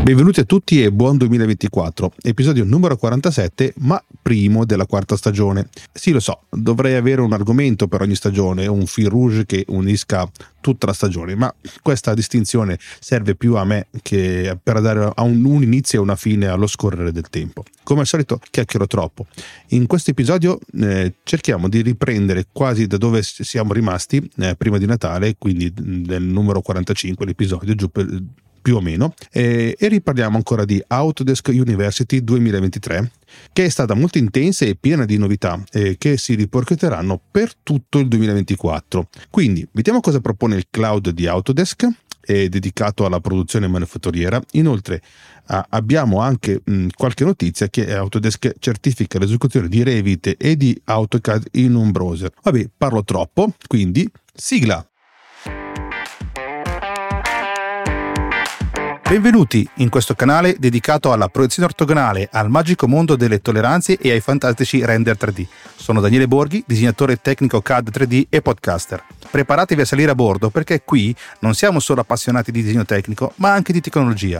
Benvenuti a tutti e buon 2024, episodio numero 47, ma primo della quarta stagione. Sì, lo so, dovrei avere un argomento per ogni stagione, un fil rouge che unisca tutta la stagione, ma questa distinzione serve più a me che per dare a un inizio e una fine allo scorrere del tempo. Come al solito chiacchiero troppo. In questo episodio cerchiamo di riprendere quasi da dove siamo rimasti prima di Natale, quindi del numero 45, l'episodio giù più o meno, e riparliamo ancora di Autodesk University 2023, che è stata molto intensa e piena di novità che si ripercuoteranno per tutto il 2024. Quindi vediamo cosa propone il cloud di Autodesk, dedicato alla produzione manifatturiera. Inoltre abbiamo anche qualche notizia che Autodesk certifica l'esecuzione di Revit e di AutoCAD in un browser. Vabbè, parlo troppo, quindi sigla! Benvenuti in questo canale dedicato alla proiezione ortogonale, al magico mondo delle tolleranze e ai fantastici render 3D. Sono Daniele Borghi, disegnatore tecnico CAD 3D e podcaster. Preparatevi a salire a bordo perché qui non siamo solo appassionati di disegno tecnico, ma anche di tecnologia.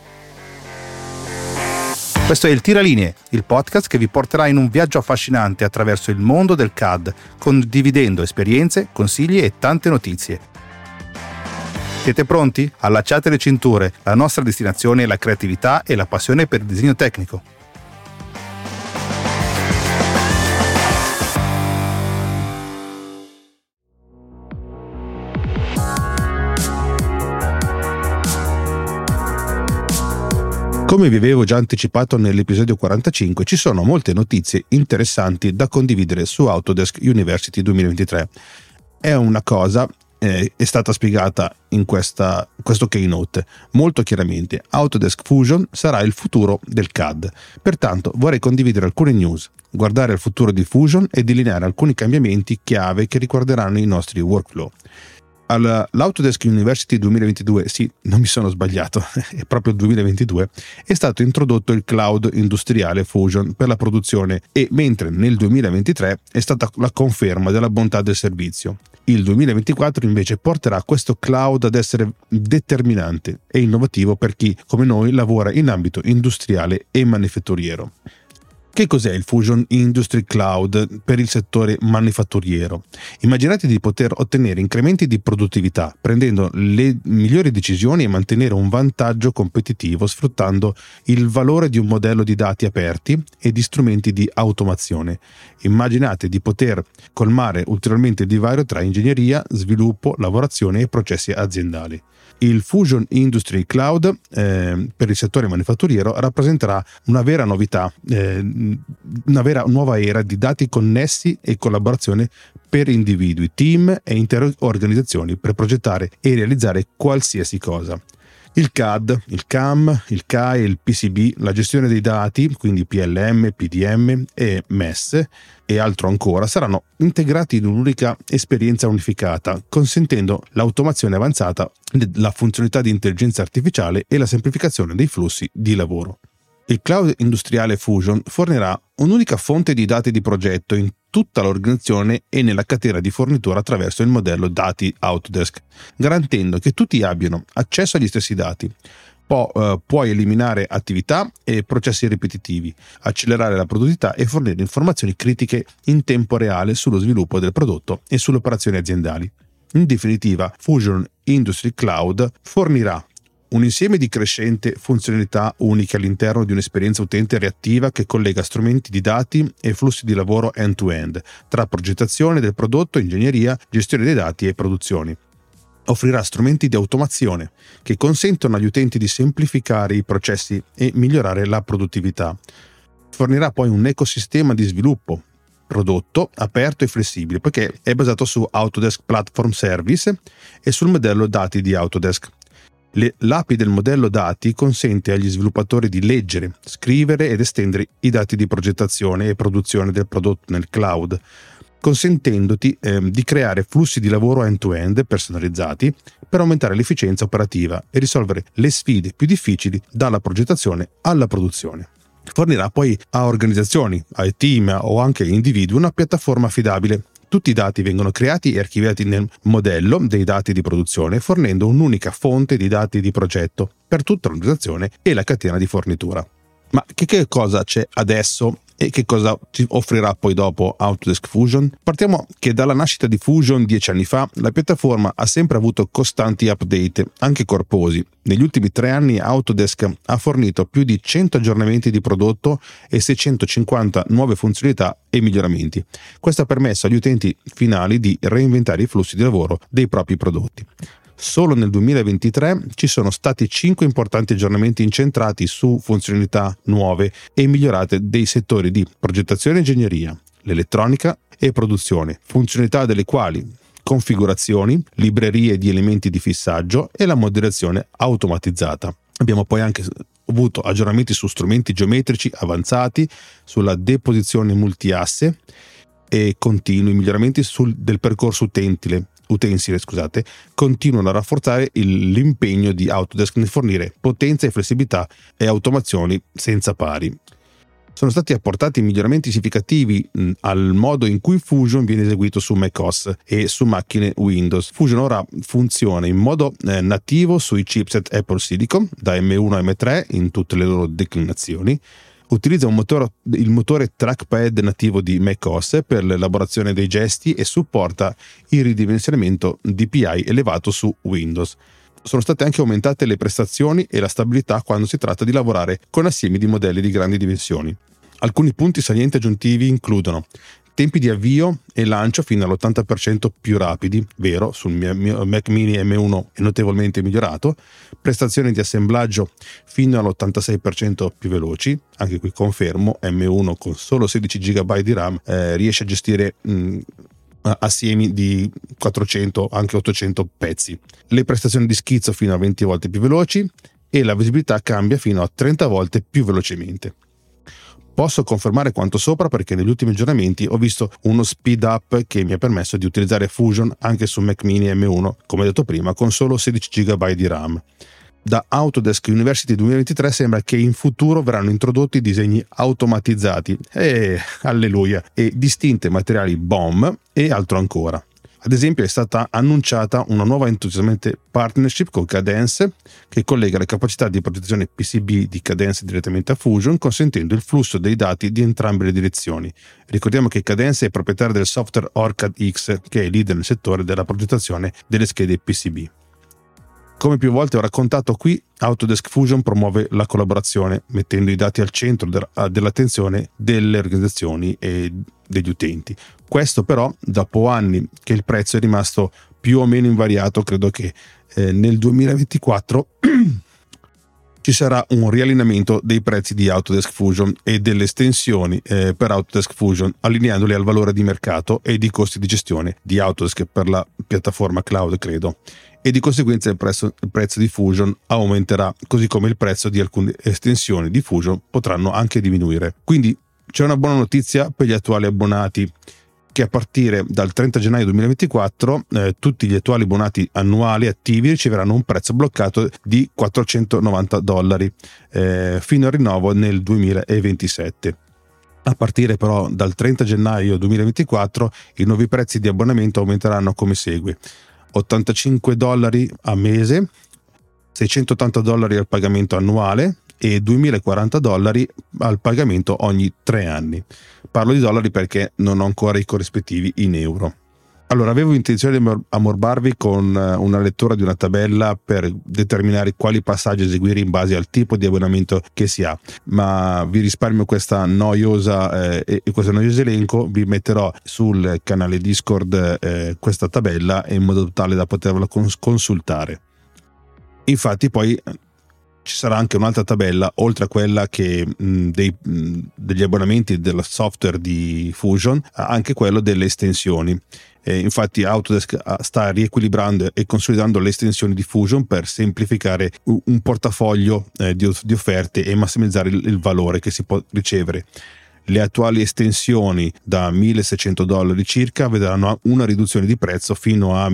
Questo è il Tiralinee, il podcast che vi porterà in un viaggio affascinante attraverso il mondo del CAD, condividendo esperienze, consigli e tante notizie. Siete pronti? Allacciate le cinture, la nostra destinazione è la creatività e la passione per il disegno tecnico. Come vi avevo già anticipato nell'episodio 45, ci sono molte notizie interessanti da condividere su Autodesk University 2023. È una cosa è stata spiegata in questo keynote molto chiaramente. Autodesk Fusion sarà il futuro del CAD, pertanto vorrei condividere alcune news, guardare al futuro di Fusion e delineare alcuni cambiamenti chiave che riguarderanno i nostri workflow. L'Autodesk University 2022, sì, non mi sono sbagliato, è proprio il 2022, è stato introdotto il cloud industriale Fusion per la produzione, e mentre nel 2023 è stata la conferma della bontà del servizio. Il 2024 invece porterà questo cloud ad essere determinante e innovativo per chi, come noi, lavora in ambito industriale e manifatturiero. Che cos'è il Fusion Industry Cloud per il settore manifatturiero? Immaginate di poter ottenere incrementi di produttività, prendendo le migliori decisioni e mantenere un vantaggio competitivo sfruttando il valore di un modello di dati aperti e di strumenti di automazione. Immaginate di poter colmare ulteriormente il divario tra ingegneria, sviluppo, lavorazione e processi aziendali. Il Fusion Industry Cloud per il settore manifatturiero rappresenterà una vera novità, una vera nuova era di dati connessi e collaborazione per individui, team e intere organizzazioni per progettare e realizzare qualsiasi cosa. Il CAD, il CAM, il CAE, il PCB, la gestione dei dati, quindi PLM, PDM e MES e altro ancora, saranno integrati in un'unica esperienza unificata, consentendo l'automazione avanzata, la funzionalità di intelligenza artificiale e la semplificazione dei flussi di lavoro. Il cloud industriale Fusion fornirà un'unica fonte di dati di progetto in tutta l'organizzazione e nella catena di fornitura attraverso il modello dati Autodesk, garantendo che tutti abbiano accesso agli stessi dati. Puoi eliminare attività e processi ripetitivi, accelerare la produttività e fornire informazioni critiche in tempo reale sullo sviluppo del prodotto e sulle operazioni aziendali. In definitiva, Fusion Industry Cloud fornirà un insieme di crescente funzionalità uniche all'interno di un'esperienza utente reattiva che collega strumenti di dati e flussi di lavoro end-to-end, tra progettazione del prodotto, ingegneria, gestione dei dati e produzioni. Offrirà strumenti di automazione che consentono agli utenti di semplificare i processi e migliorare la produttività. Fornirà poi un ecosistema di sviluppo prodotto aperto e flessibile, poiché è basato su Autodesk Platform Service e sul modello dati di Autodesk. L'API del modello dati consente agli sviluppatori di leggere, scrivere ed estendere i dati di progettazione e produzione del prodotto nel cloud, consentendoti di creare flussi di lavoro end-to-end personalizzati per aumentare l'efficienza operativa e risolvere le sfide più difficili dalla progettazione alla produzione. Fornirà poi a organizzazioni, ai team o anche individui una piattaforma affidabile. Tutti i dati vengono creati e archiviati nel modello dei dati di produzione, fornendo un'unica fonte di dati di progetto. per tutta l'organizzazione e la catena di fornitura. Ma che cosa c'è adesso e che cosa ci offrirà poi dopo Autodesk Fusion? Partiamo che dalla nascita di Fusion 10 anni fa, la piattaforma ha sempre avuto costanti update, anche corposi. Negli ultimi 3 anni Autodesk ha fornito più di 100 aggiornamenti di prodotto e 650 nuove funzionalità e miglioramenti. Questo ha permesso agli utenti finali di reinventare i flussi di lavoro dei propri prodotti. Solo nel 2023 ci sono stati 5 importanti aggiornamenti incentrati su funzionalità nuove e migliorate dei settori di progettazione e ingegneria, l'elettronica e produzione, funzionalità delle quali configurazioni, librerie di elementi di fissaggio e la modellazione automatizzata. Abbiamo poi anche avuto aggiornamenti su strumenti geometrici avanzati, sulla deposizione multiasse e continui miglioramenti del percorso utensile, continuano a rafforzare l'impegno di Autodesk nel fornire potenza e flessibilità e automazioni senza pari. Sono stati apportati miglioramenti significativi al modo in cui Fusion viene eseguito su macOS e su macchine Windows. Fusion ora funziona in modo nativo sui chipset Apple Silicon da M1 a M3 in tutte le loro declinazioni. Utilizza il motore trackpad nativo di macOS per l'elaborazione dei gesti e supporta il ridimensionamento DPI elevato su Windows. Sono state anche aumentate le prestazioni e la stabilità quando si tratta di lavorare con assiemi di modelli di grandi dimensioni. Alcuni punti salienti aggiuntivi includono tempi di avvio e lancio fino all'80% più rapidi, vero, sul mio Mac Mini M1 è notevolmente migliorato, prestazioni di assemblaggio fino all'86% più veloci, anche qui confermo, M1 con solo 16 GB di RAM riesce a gestire assiemi di 400, anche 800 pezzi. Le prestazioni di schizzo fino a 20 volte più veloci e la visibilità cambia fino a 30 volte più velocemente. Posso confermare quanto sopra perché negli ultimi aggiornamenti ho visto uno speed up che mi ha permesso di utilizzare Fusion anche su Mac Mini M1, come detto prima, con solo 16 GB di RAM. Da Autodesk University 2023 sembra che in futuro verranno introdotti disegni automatizzati, alleluia, e distinte materiali BOM e altro ancora. Ad esempio è stata annunciata una nuova entusiasmante partnership con Cadence che collega le capacità di progettazione PCB di Cadence direttamente a Fusion, consentendo il flusso dei dati di entrambe le direzioni. Ricordiamo che Cadence è proprietario del software OrCAD X, che è leader nel settore della progettazione delle schede PCB. Come più volte ho raccontato qui, Autodesk Fusion promuove la collaborazione, mettendo i dati al centro dell'attenzione delle organizzazioni e degli utenti. Questo però dopo anni che il prezzo è rimasto più o meno invariato. Credo che nel 2024 ci sarà un riallineamento dei prezzi di Autodesk Fusion e delle estensioni per Autodesk Fusion, allineandoli al valore di mercato e di costi di gestione di Autodesk per la piattaforma cloud, credo. E di conseguenza il prezzo di Fusion aumenterà, così come il prezzo di alcune estensioni di Fusion potranno anche diminuire. Quindi c'è una buona notizia per gli attuali abbonati, che a partire dal 30 gennaio 2024 tutti gli attuali abbonati annuali attivi riceveranno un prezzo bloccato di $490 fino al rinnovo nel 2027. A partire però dal 30 gennaio 2024 i nuovi prezzi di abbonamento aumenteranno come segue: $85 a mese, $680 al pagamento annuale e $2040 al pagamento ogni 3 anni. Parlo di dollari perché non ho ancora i corrispettivi in euro. Allora, avevo intenzione di ammorbarvi con una lettura di una tabella per determinare quali passaggi eseguire in base al tipo di abbonamento che si ha, ma vi risparmio questa noiosa questo noioso elenco. Vi metterò sul canale Discord questa tabella in modo tale da poterla consultare. Infatti poi ci sarà anche un'altra tabella, oltre a quella che degli abbonamenti del software di Fusion, anche quello delle estensioni. Infatti Autodesk sta riequilibrando e consolidando le estensioni di Fusion per semplificare un portafoglio di offerte e massimizzare il valore che si può ricevere. Le attuali estensioni da $1.600 circa vedranno una riduzione di prezzo fino a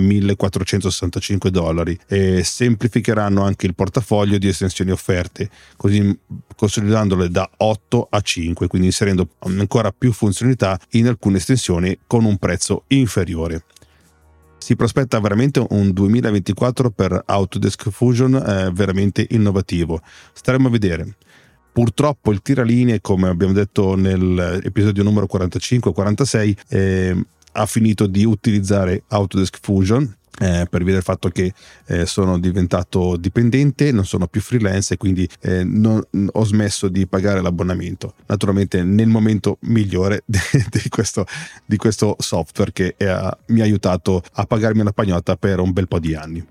$1.465 e semplificheranno anche il portafoglio di estensioni offerte, così consolidandole da 8 a 5, quindi inserendo ancora più funzionalità in alcune estensioni con un prezzo inferiore. Si prospetta veramente un 2024 per Autodesk Fusion veramente innovativo. Staremo a vedere. Purtroppo il tiralinee, come abbiamo detto nell'episodio numero 45-46, ha finito di utilizzare Autodesk Fusion per via del fatto che sono diventato dipendente, non sono più freelance e quindi ho smesso di pagare l'abbonamento. Naturalmente nel momento migliore di questo software che mi ha aiutato a pagarmi una pagnotta per un bel po' di anni.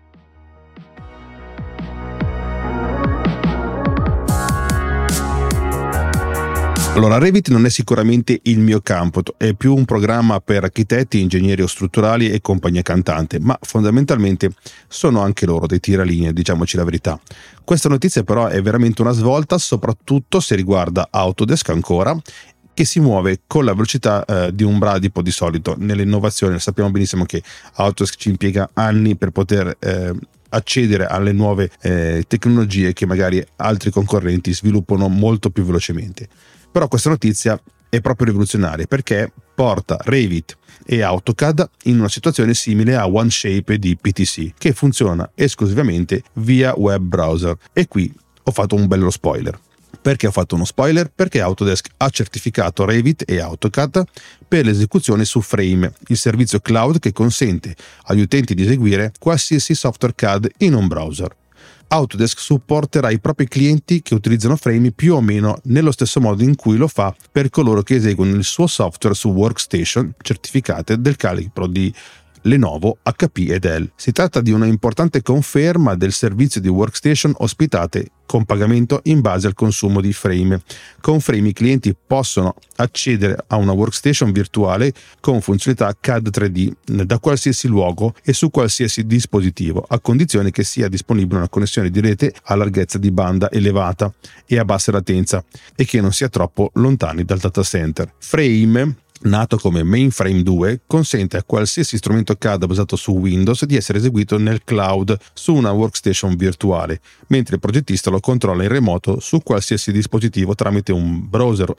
Allora, Revit non è sicuramente il mio campo, è più un programma per architetti, ingegneri strutturali e compagnia cantante, ma fondamentalmente sono anche loro dei tiralinee, diciamoci la verità. Questa notizia però è veramente una svolta, soprattutto se riguarda Autodesk ancora, che si muove con la velocità di un bradipo di solito nell'innovazione. Sappiamo benissimo che Autodesk ci impiega anni per poter accedere alle nuove tecnologie che magari altri concorrenti sviluppano molto più velocemente. Però questa notizia è proprio rivoluzionaria perché porta Revit e AutoCAD in una situazione simile a OneShape di PTC, che funziona esclusivamente via web browser. E qui ho fatto un bello spoiler. Perché ho fatto uno spoiler? Perché Autodesk ha certificato Revit e AutoCAD per l'esecuzione su Frame, il servizio cloud che consente agli utenti di eseguire qualsiasi software CAD in un browser. Autodesk supporterà i propri clienti che utilizzano Frame più o meno nello stesso modo in cui lo fa per coloro che eseguono il suo software su workstation certificate del calibro di Lenovo, HP e Dell. Si tratta di una importante conferma del servizio di workstation ospitate con pagamento in base al consumo di Frame. Con Frame i clienti possono accedere a una workstation virtuale con funzionalità CAD 3D da qualsiasi luogo e su qualsiasi dispositivo, a condizione che sia disponibile una connessione di rete a larghezza di banda elevata e a bassa latenza e che non sia troppo lontani dal data center. Frame, nato come Mainframe 2, consente a qualsiasi strumento CAD basato su Windows di essere eseguito nel cloud su una workstation virtuale, mentre il progettista lo controlla in remoto su qualsiasi dispositivo tramite un browser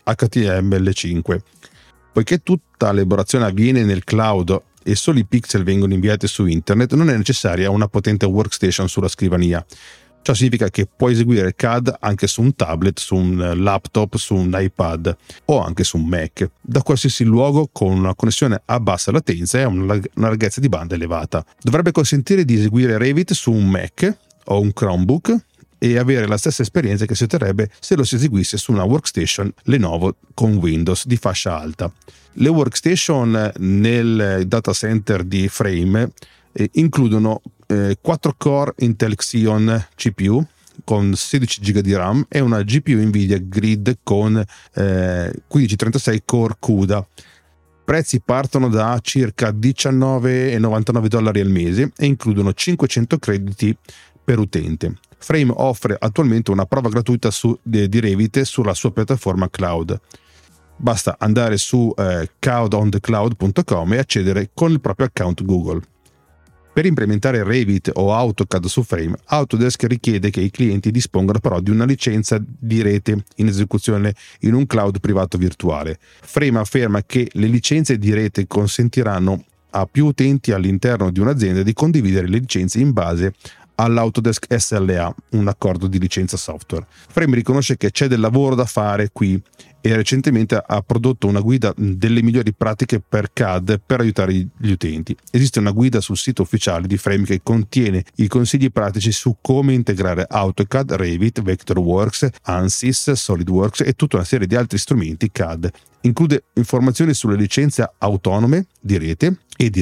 HTML5. Poiché tutta l'elaborazione avviene nel cloud e solo i pixel vengono inviati su internet, non è necessaria una potente workstation sulla scrivania. Ciò significa che puoi eseguire CAD anche su un tablet, su un laptop, su un iPad o anche su un Mac, da qualsiasi luogo con una connessione a bassa latenza e una larghezza di banda elevata. Dovrebbe consentire di eseguire Revit su un Mac o un Chromebook e avere la stessa esperienza che si otterrebbe se lo si eseguisse su una workstation Lenovo con Windows di fascia alta. Le workstation nel data center di Frame includono 4 core Intel Xeon CPU con 16 GB di RAM e una GPU Nvidia Grid con 1536 core CUDA. Prezzi partono da circa $19,99 al mese e includono 500 crediti per utente. Frame offre attualmente una prova gratuita di Revit sulla sua piattaforma cloud. Basta andare su codonthecloud.com e accedere con il proprio account Google. Per implementare Revit o AutoCAD su Frame, Autodesk richiede che i clienti dispongano però di una licenza di rete in esecuzione in un cloud privato virtuale. Frame afferma che le licenze di rete consentiranno a più utenti all'interno di un'azienda di condividere le licenze in base all'Autodesk SLA, un accordo di licenza software. Frame riconosce che c'è del lavoro da fare qui e recentemente ha prodotto una guida delle migliori pratiche per CAD per aiutare gli utenti. Esiste una guida sul sito ufficiale di Frame che contiene i consigli pratici su come integrare AutoCAD, Revit, Vectorworks, Ansys, SolidWorks e tutta una serie di altri strumenti CAD. Include informazioni sulle licenze autonome di rete,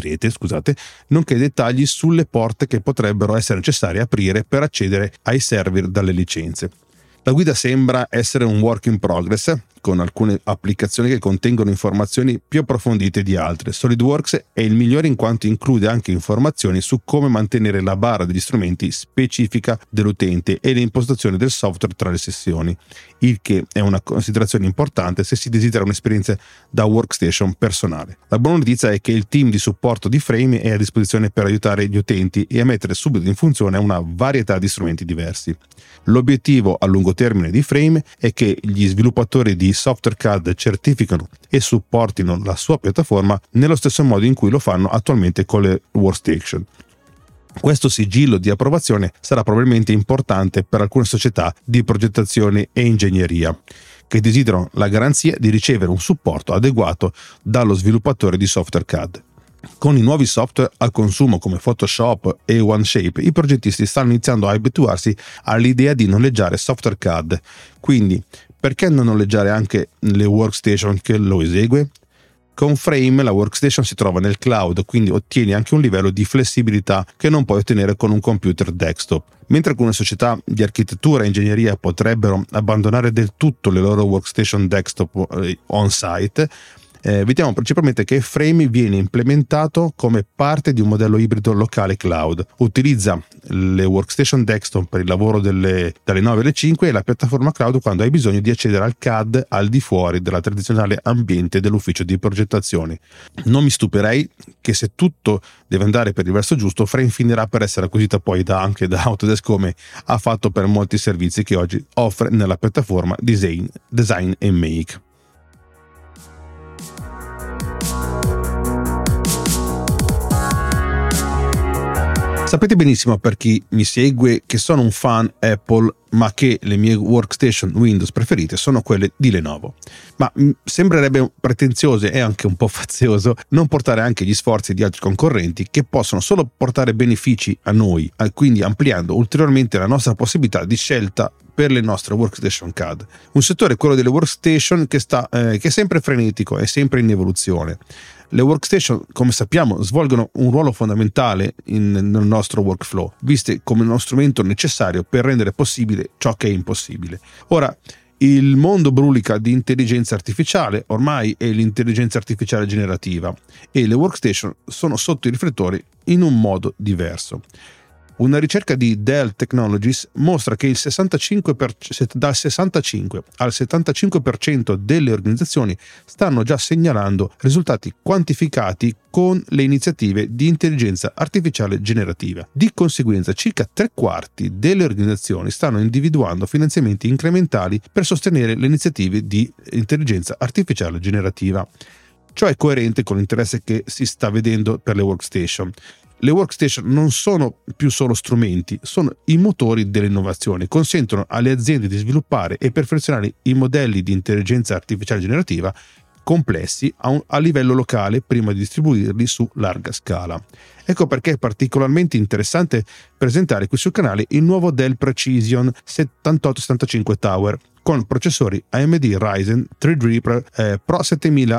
nonché dettagli sulle porte che potrebbero essere necessarie aprire per accedere ai server dalle licenze. La guida sembra essere un work in progress, con alcune applicazioni che contengono informazioni più approfondite di altre. SolidWorks è il migliore in quanto include anche informazioni su come mantenere la barra degli strumenti specifica dell'utente e le impostazioni del software tra le sessioni, il che è una considerazione importante se si desidera un'esperienza da workstation personale. La buona notizia è che il team di supporto di Frame è a disposizione per aiutare gli utenti e a mettere subito in funzione una varietà di strumenti diversi. L'obiettivo a lungo termine di Frame è che gli sviluppatori di software CAD certificano e supportino la sua piattaforma nello stesso modo in cui lo fanno attualmente con le workstation. Questo sigillo di approvazione sarà probabilmente importante per alcune società di progettazione e ingegneria che desiderano la garanzia di ricevere un supporto adeguato dallo sviluppatore di software CAD. Con i nuovi software a consumo come Photoshop e OneShape, i progettisti stanno iniziando a abituarsi all'idea di noleggiare software CAD. Quindi, perché non noleggiare anche le workstation che lo esegue? Con Frame la workstation si trova nel cloud, quindi ottieni anche un livello di flessibilità che non puoi ottenere con un computer desktop. Mentre alcune società di architettura e ingegneria potrebbero abbandonare del tutto le loro workstation desktop on-site, vediamo principalmente che Frame viene implementato come parte di un modello ibrido locale cloud. Utilizza le workstation desktop per il lavoro dalle 9 alle 5 e la piattaforma cloud quando hai bisogno di accedere al CAD al di fuori della tradizionale ambiente dell'ufficio di progettazione. Non mi stupirei che se tutto deve andare per il verso giusto, Frame finirà per essere acquisita poi anche da Autodesk, come ha fatto per molti servizi che oggi offre nella piattaforma Design & Make. Sapete benissimo, per chi mi segue, che sono un fan Apple, ma che le mie workstation Windows preferite sono quelle di Lenovo. Ma sembrerebbe pretenzioso e anche un po' fazioso non portare anche gli sforzi di altri concorrenti che possono solo portare benefici a noi, quindi ampliando ulteriormente la nostra possibilità di scelta per le nostre workstation CAD. Un settore, quello delle workstation, che è sempre frenetico, è sempre in evoluzione. Le workstation, come sappiamo, svolgono un ruolo fondamentale nel nostro workflow, viste come uno strumento necessario per rendere possibile ciò che è impossibile. Ora, il mondo brulica di intelligenza artificiale ormai è l'intelligenza artificiale generativa e le workstation sono sotto i riflettori in un modo diverso. Una ricerca di Dell Technologies mostra che dal 65 al 75% delle organizzazioni stanno già segnalando risultati quantificati con le iniziative di intelligenza artificiale generativa. Di conseguenza, circa 3/4 delle organizzazioni stanno individuando finanziamenti incrementali per sostenere le iniziative di intelligenza artificiale generativa. Ciò è coerente con l'interesse che si sta vedendo per le workstation. Le workstation non sono più solo strumenti, sono i motori dell'innovazione, consentono alle aziende di sviluppare e perfezionare i modelli di intelligenza artificiale generativa complessi a livello locale prima di distribuirli su larga scala. Ecco perché è particolarmente interessante presentare qui sul canale il nuovo Dell Precision 7875 Tower con processori AMD Ryzen Threadripper Pro 7000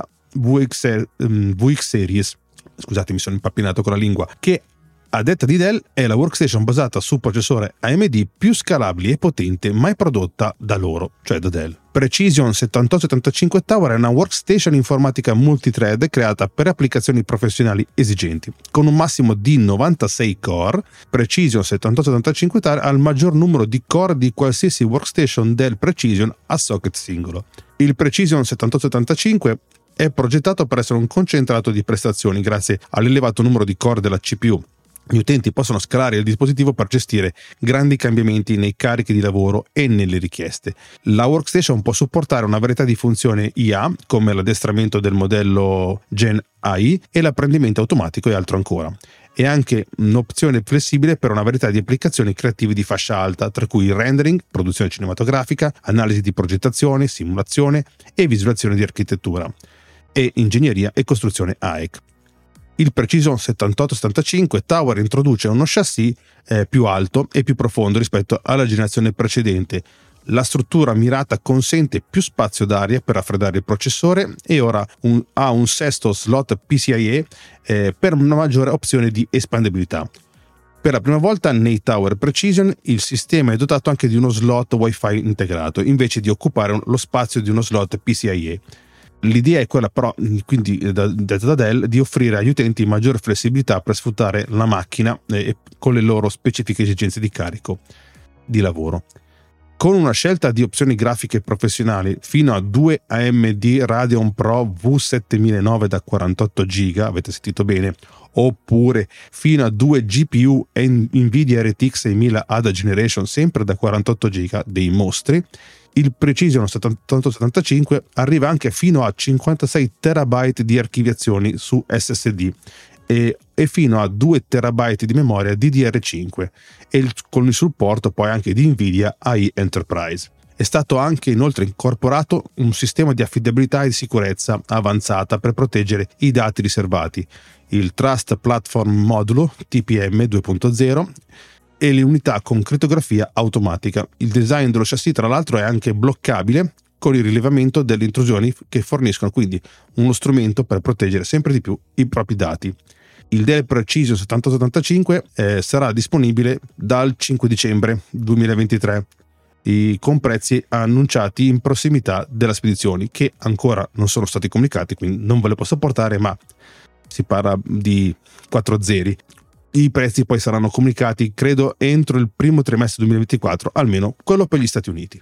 VX Series. Scusate, mi sono impappinato con la lingua, che a detta di Dell è la workstation basata su processore AMD più scalabile e potente mai prodotta da loro, cioè da Dell. Precision 7875 Tower è una workstation informatica multithread creata per applicazioni professionali esigenti. Con un massimo di 96 core, Precision 7875 Tower ha il maggior numero di core di qualsiasi workstation Dell Precision a socket singolo. Il Precision 7875 è progettato per essere un concentrato di prestazioni grazie all'elevato numero di core della CPU. Gli utenti possono scalare il dispositivo per gestire grandi cambiamenti nei carichi di lavoro e nelle richieste. La workstation può supportare una varietà di funzioni IA, come l'addestramento del modello Gen AI e l'apprendimento automatico e altro ancora. È anche un'opzione flessibile per una varietà di applicazioni creative di fascia alta, tra cui rendering, produzione cinematografica, analisi di progettazione, simulazione e visualizzazione di architettura, e ingegneria e costruzione AEC. Il Precision 7875 Tower introduce uno chassis più alto e più profondo rispetto alla generazione precedente. La struttura mirata consente più spazio d'aria per raffreddare il processore e ora ha un sesto slot PCIe per una maggiore opzione di espandibilità. Per la prima volta nei Tower Precision il sistema è dotato anche di uno slot Wi-Fi integrato, invece di occupare lo spazio di uno slot PCIe. L'idea è quella però, quindi detta da Dell, di offrire agli utenti maggiore flessibilità per sfruttare la macchina con le loro specifiche esigenze di carico di lavoro. Con una scelta di opzioni grafiche professionali fino a 2 AMD Radeon Pro V7009 da 48 GB, avete sentito bene, oppure fino a 2 GPU Nvidia RTX 6000 Ada Generation sempre da 48 GB, dei mostri. Il Precision 7875 arriva anche fino a 56 TB di archiviazioni su SSD e fino a 2 TB di memoria DDR5 e con il supporto poi anche di Nvidia AI Enterprise. È stato anche inoltre incorporato un sistema di affidabilità e di sicurezza avanzata per proteggere i dati riservati, il Trust Platform Modulo TPM 2.0 e le unità con crittografia automatica. Il design dello chassis tra l'altro è anche bloccabile con il rilevamento delle intrusioni, che forniscono quindi uno strumento per proteggere sempre di più i propri dati. Il Dell Precision 7075 sarà disponibile dal 5 dicembre 2023 con prezzi annunciati in prossimità della spedizione, che ancora non sono stati comunicati, quindi non ve le posso portare, ma si parla di 4 zeri. I prezzi poi saranno comunicati credo entro il primo trimestre 2024, almeno quello per gli Stati Uniti.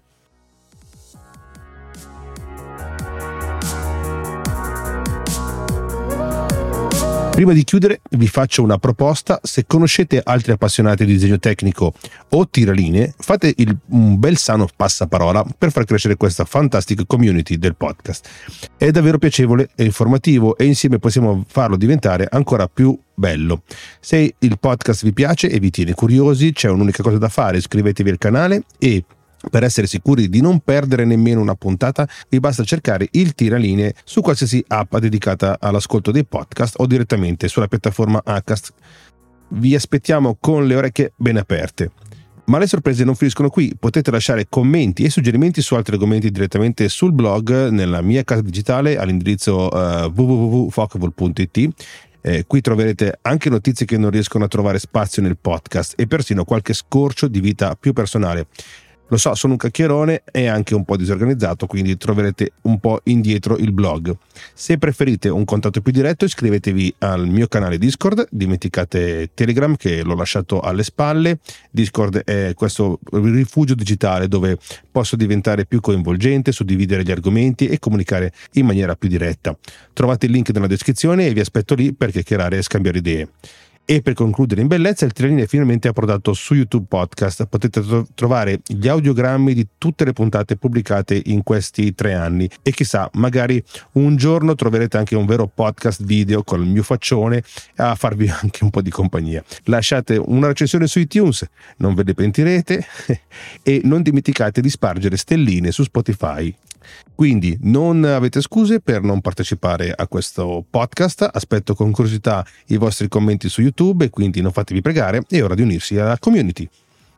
Prima di chiudere vi faccio una proposta: se conoscete altri appassionati di disegno tecnico o tiralinee, fate un bel sano passaparola per far crescere questa fantastica community del podcast. È davvero piacevole e informativo e insieme possiamo farlo diventare ancora più bello. Se il podcast vi piace e vi tiene curiosi, c'è un'unica cosa da fare: iscrivetevi al canale e per essere sicuri di non perdere nemmeno una puntata, vi basta cercare il Tiralinee su qualsiasi app dedicata all'ascolto dei podcast o direttamente sulla piattaforma Acast. Vi aspettiamo con le orecchie ben aperte. Ma le sorprese non finiscono qui, potete lasciare commenti e suggerimenti su altri argomenti direttamente sul blog, nella mia casa digitale all'indirizzo www.focable.it. Qui troverete anche notizie che non riescono a trovare spazio nel podcast e persino qualche scorcio di vita più personale. Lo so, sono un cacchierone e anche un po' disorganizzato, quindi troverete un po' indietro il blog. Se preferite un contatto più diretto, iscrivetevi al mio canale Discord, dimenticate Telegram che l'ho lasciato alle spalle. Discord è questo rifugio digitale dove posso diventare più coinvolgente, suddividere gli argomenti e comunicare in maniera più diretta. Trovate il link nella descrizione e vi aspetto lì per chiacchierare e scambiare idee. E per concludere in bellezza, il Tiralinee è finalmente approdato su YouTube Podcast. Potete trovare gli audiogrammi di tutte le puntate pubblicate in questi 3 anni e chissà, magari un giorno troverete anche un vero podcast video con il mio faccione a farvi anche un po' di compagnia. Lasciate una recensione su iTunes, non ve ne pentirete, e non dimenticate di spargere stelline su Spotify. Quindi non avete scuse per non partecipare a questo podcast. Aspetto con curiosità i vostri commenti su YouTube e quindi non fatevi pregare, è ora di unirsi alla community.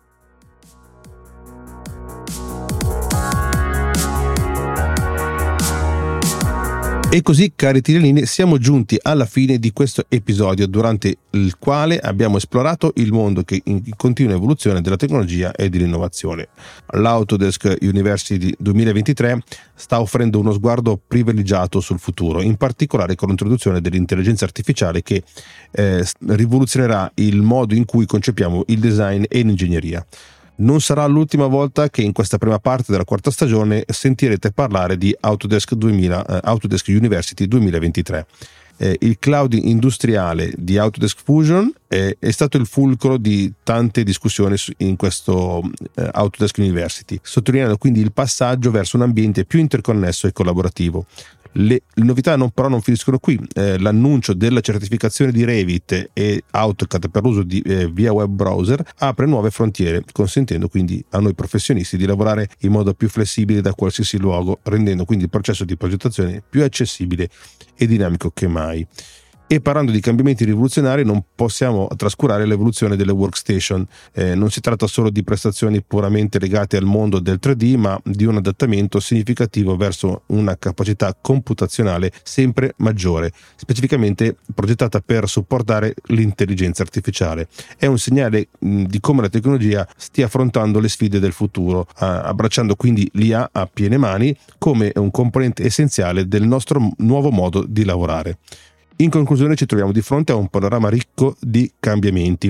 E così, cari tiralinee, siamo giunti alla fine di questo episodio, durante il quale abbiamo esplorato il mondo che in continua evoluzione della tecnologia e dell'innovazione. L'Autodesk University 2023 sta offrendo uno sguardo privilegiato sul futuro, in particolare con l'introduzione dell'intelligenza artificiale che rivoluzionerà il modo in cui concepiamo il design e l'ingegneria. Non sarà l'ultima volta che in questa prima parte della 4ª stagione sentirete parlare di Autodesk University 2023. Il cloud industriale di Autodesk Fusion è stato il fulcro di tante discussioni in questo Autodesk University, sottolineando quindi il passaggio verso un ambiente più interconnesso e collaborativo. Le novità però non finiscono qui. L'annuncio della certificazione di Revit e AutoCAD per l'uso via web browser apre nuove frontiere, consentendo quindi a noi professionisti di lavorare in modo più flessibile da qualsiasi luogo, rendendo quindi il processo di progettazione più accessibile e dinamico che mai. E parlando di cambiamenti rivoluzionari, non possiamo trascurare l'evoluzione delle workstation. Non si tratta solo di prestazioni puramente legate al mondo del 3D, ma di un adattamento significativo verso una capacità computazionale sempre maggiore, specificamente progettata per supportare l'intelligenza artificiale. È un segnale di come la tecnologia stia affrontando le sfide del futuro, abbracciando quindi l'IA a piene mani come un componente essenziale del nostro nuovo modo di lavorare. In conclusione, ci troviamo di fronte a un panorama ricco di cambiamenti.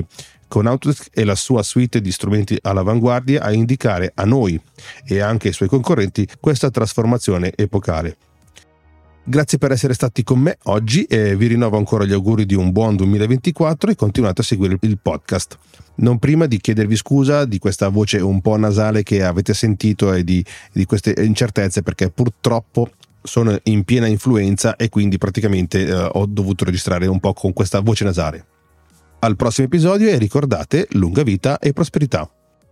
con Autodesk e la sua suite di strumenti all'avanguardia a indicare a noi e anche ai suoi concorrenti questa trasformazione epocale. Grazie per essere stati con me oggi e vi rinnovo ancora gli auguri di un buon 2024 e continuate a seguire il podcast. Non prima di chiedervi scusa di questa voce un po' nasale che avete sentito e di queste incertezze, perché purtroppo sono in piena influenza e quindi praticamente ho dovuto registrare un po' con questa voce nasale. Al prossimo episodio e ricordate, lunga vita e prosperità.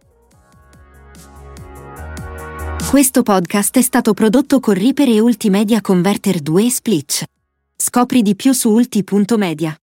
Questo podcast è stato prodotto con Reaper e Ultimedia Converter 2 Splitch. Scopri di più su ulti.media.